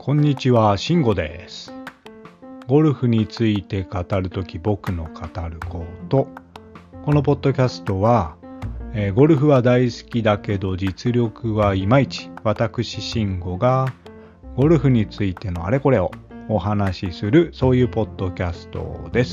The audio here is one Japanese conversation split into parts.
こんにちは、慎吾です。ゴルフについて語るとき僕の語ること。このポッドキャストは、ゴルフは大好きだけど実力はいまいち、私慎吾がゴルフについてのあれこれをお話しする、そういうポッドキャストです。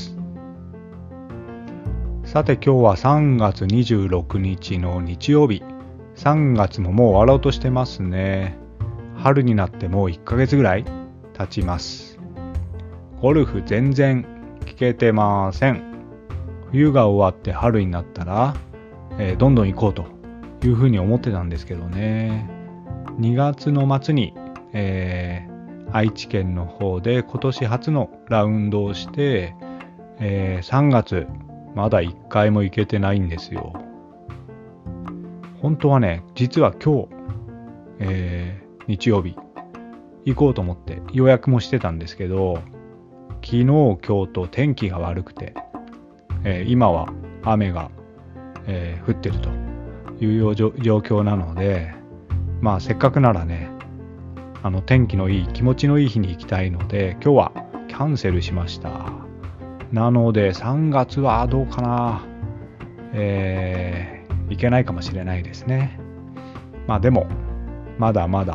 さて今日は3月26日の日曜日。3月ももう終わろうとしてますね。春になってもう1ヶ月ぐらい経ちます。ゴルフ全然聞けてません。冬が終わって春になったら、どんどん行こうというふうに思ってたんですけどね。2月の末に、愛知県の方で今年初のラウンドをして、3月まだ1回も行けてないんですよ。本当はね、実は今日、日曜日行こうと思って予約もしてたんですけど、昨日今日と天気が悪くて、今は雨が、降ってるという状況なので、まあせっかくならね、天気のいい気持ちのいい日に行きたいので今日はキャンセルしました。なので3月はどうかな、行けないかもしれないですね。まあでもまだまだ、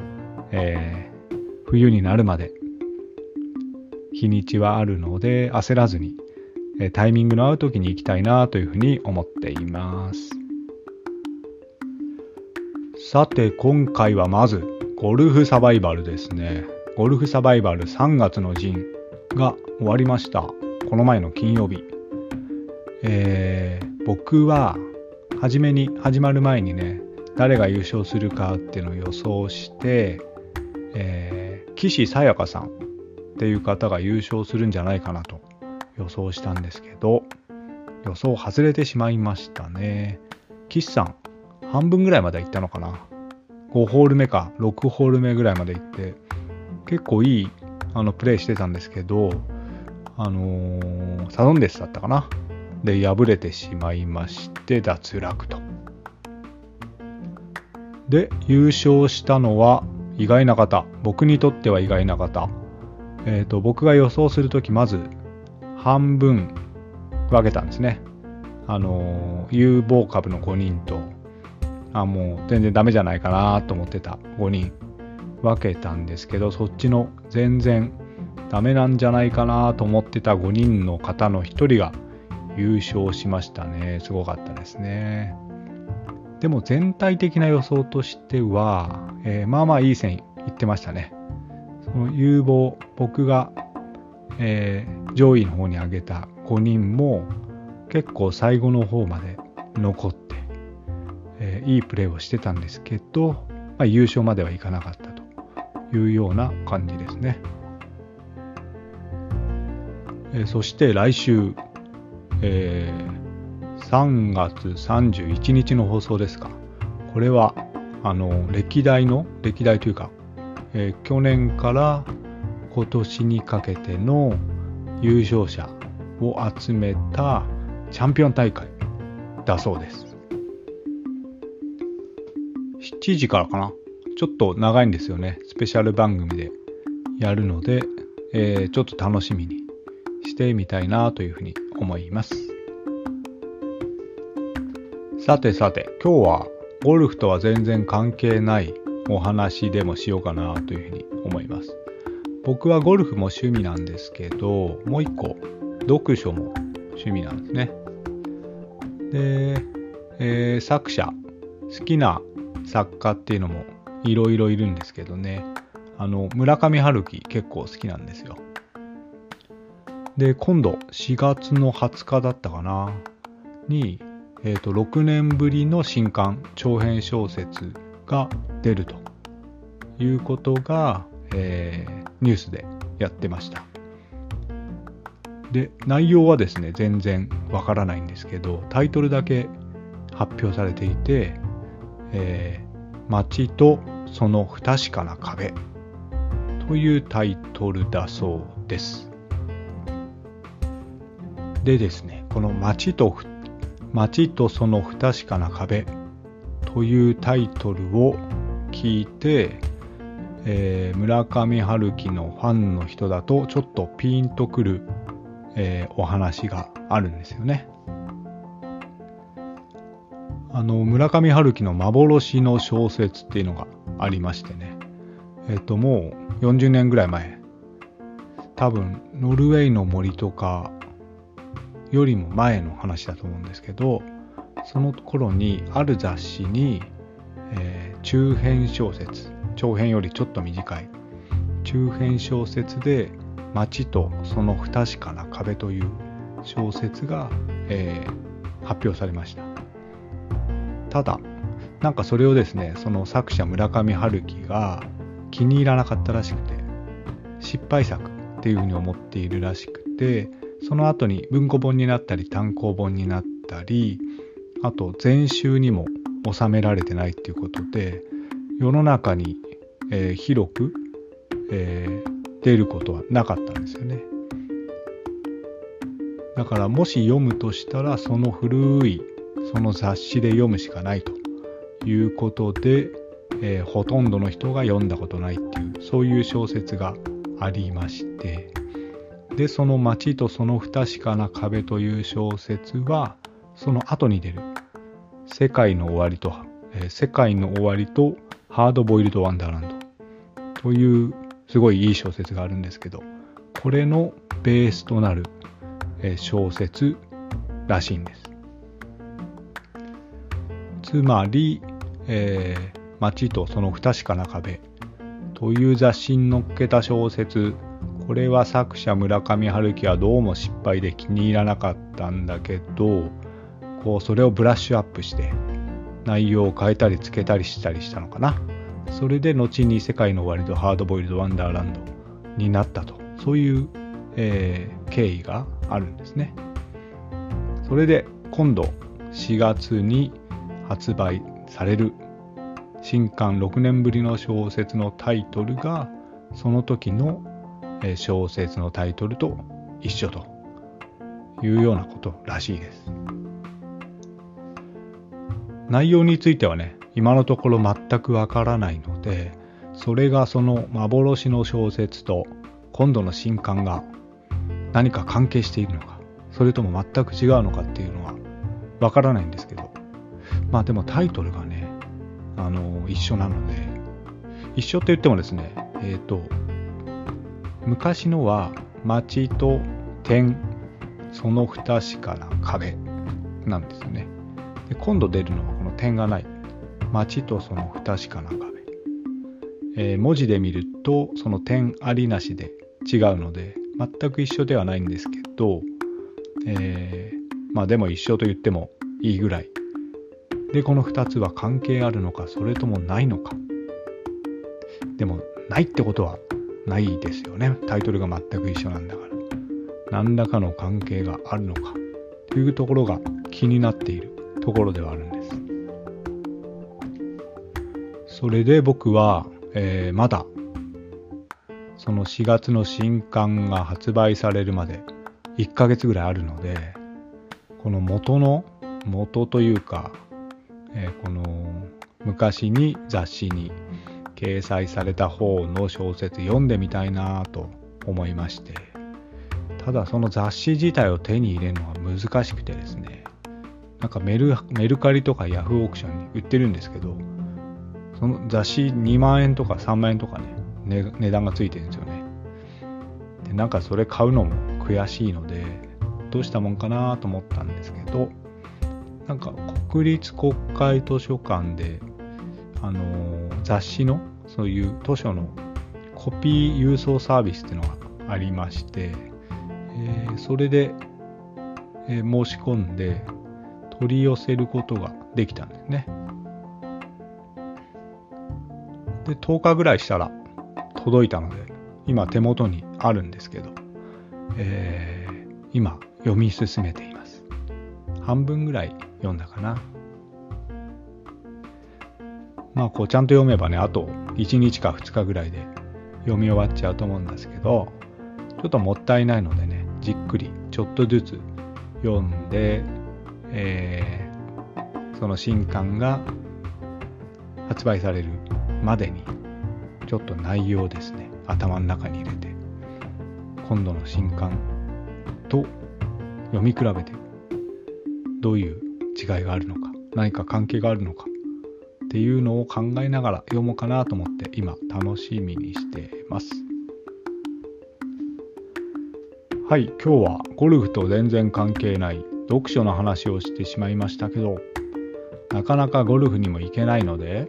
冬になるまで日にちはあるので焦らずに、タイミングの合う時に行きたいなというふうに思っています。さて今回はまずゴルフサバイバルですね。ゴルフサバイバル3月の陣が終わりました。この前の金曜日、僕は始まる前にね、誰が優勝するかっていうのを予想して、岸さやかさんっていう方が優勝するんじゃないかなと予想したんですけど、予想外れてしまいましたね。岸さん半分ぐらいまで行ったのかな。5ホール目か6ホール目ぐらいまで行って結構いいプレーしてたんですけど、サドンデスだったかなで敗れてしまいまして脱落と。で優勝したのは意外な方、僕にとっては意外な方、僕が予想するときまず半分分けたんですね。有望株の5人ともう全然ダメじゃないかなと思ってた5人分けたんですけど、そっちの全然ダメなんじゃないかなと思ってた5人の方の1人が優勝しましたね。すごかったですね。でも全体的な予想としては、まあまあいい線いってましたね。その有望、僕が、上位の方に上げた5人も結構最後の方まで残って、いいプレーをしてたんですけど、優勝まではいかなかったというような感じですね。そして来週、3月31日の放送ですか。これは歴代というか、去年から今年にかけての優勝者を集めたチャンピオン大会だそうです。7時からかな。ちょっと長いんですよね。スペシャル番組でやるので、ちょっと楽しみにしてみたいなというふうに思います。さて今日はゴルフとは全然関係ないお話でもしようかなというふうに思います。僕はゴルフも趣味なんですけど、もう一個読書も趣味なんですね。で、作者、好きな作家っていうのもいろいろいるんですけどね、村上春樹結構好きなんですよ。で今度4月の20日だったかなに、6年ぶりの新刊長編小説が出るということが、ニュースでやってました。で内容はですね全然わからないんですけど、タイトルだけ発表されていて、街とその不確かな壁というタイトルだそうです。でですね、この街とその不確かな壁というタイトルを聞いて、 村上春樹のファンの人だとちょっとピンとくる、お話があるんですよね。村上春樹の幻の小説っていうのがありましてね、もう40年ぐらい前、多分ノルウェーの森とかよりも前の話だと思うんですけど、その頃にある雑誌に、中編小説、長編よりちょっと短い中編小説で街とその不確かな壁という小説が、発表されました。ただなんかそれをですね、その作者村上春樹が気に入らなかったらしくて、失敗作っていうふうに思っているらしくて、その後に文庫本になったり単行本になったり、あと全集にも収められてないっていうことで、世の中に、広く、出ることはなかったんですよね。だからもし読むとしたら、その古いその雑誌で読むしかないということで、ほとんどの人が読んだことないっていう、そういう小説がありまして、でその街とその不確かな壁という小説はその後に出る世界の終わりとハードボイルドワンダーランドというすごいいい小説があるんですけど、これのベースとなる小説らしいんです。つまり、街とその不確かな壁という雑誌に載っけた小説、これは作者村上春樹はどうも失敗で気に入らなかったんだけど、それをブラッシュアップして内容を変えたりつけたりしたりしたのかな。それで後に世界の終わりとハードボイルドワンダーランドになったと、そういう、経緯があるんですね。それで今度4月に発売される新刊6年ぶりの小説のタイトルがその時の小説のタイトルと一緒というようなことらしいです。内容についてはね、今のところ全くわからないので、それがその幻の小説と今度の新刊が何か関係しているのか、それとも全く違うのかっていうのはわからないんですけど、まあでもタイトルがね、一緒なので、一緒って言ってもですね、昔のは街と点、その不確かな壁なんですよね。で今度出るのはこの点がない街とその不確かな壁、文字で見るとその点ありなしで違うので全く一緒ではないんですけど、まあでも一緒と言ってもいいぐらいで、この2つは関係あるのかそれともないのか。でもないってことはないですよね。タイトルが全く一緒なんだから、何らかの関係があるのかというところが気になっているところではあるんです。それで僕は、まだその4月の新刊が発売されるまで1ヶ月ぐらいあるので、この元というか、この昔に雑誌に掲載された方の小説読んでみたいなと思いまして、ただその雑誌自体を手に入れるのが難しくてですね、なんかメルカリとかヤフーオークションに売ってるんですけど、その雑誌2万円とか3万円とかね、値段がついてるんですよね。でなんかそれ買うのも悔しいのでどうしたもんかなと思ったんですけど、なんか国立国会図書館で雑誌のそういう図書のコピー郵送サービスっていうのがありまして、それで、申し込んで取り寄せることができたんですね。で10日ぐらいしたら届いたので今手元にあるんですけど、今読み進めています。半分ぐらい読んだかな。まあちゃんと読めばね、あと1日か2日ぐらいで読み終わっちゃうと思うんですけど、ちょっともったいないのでね、じっくりちょっとずつ読んで、その新刊が発売されるまでにちちょっと内容をですね、頭の中に入れて、今度の新刊と読み比べて、どういう違いがあるのか、何か関係があるのかっていうのを考えながら読もうかなと思って今楽しみにしています。はい、今日はゴルフと全然関係ない読書の話をしてしまいましたけど、なかなかゴルフにも行けないので、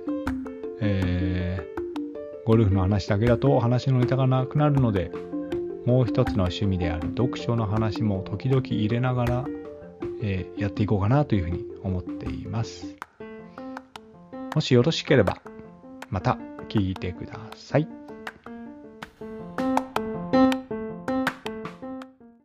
ゴルフの話だけだと話のネタがなくなるので、もう一つの趣味である読書の話も時々入れながら、やっていこうかなというふうに思っています。もしよろしければまた聞いてください。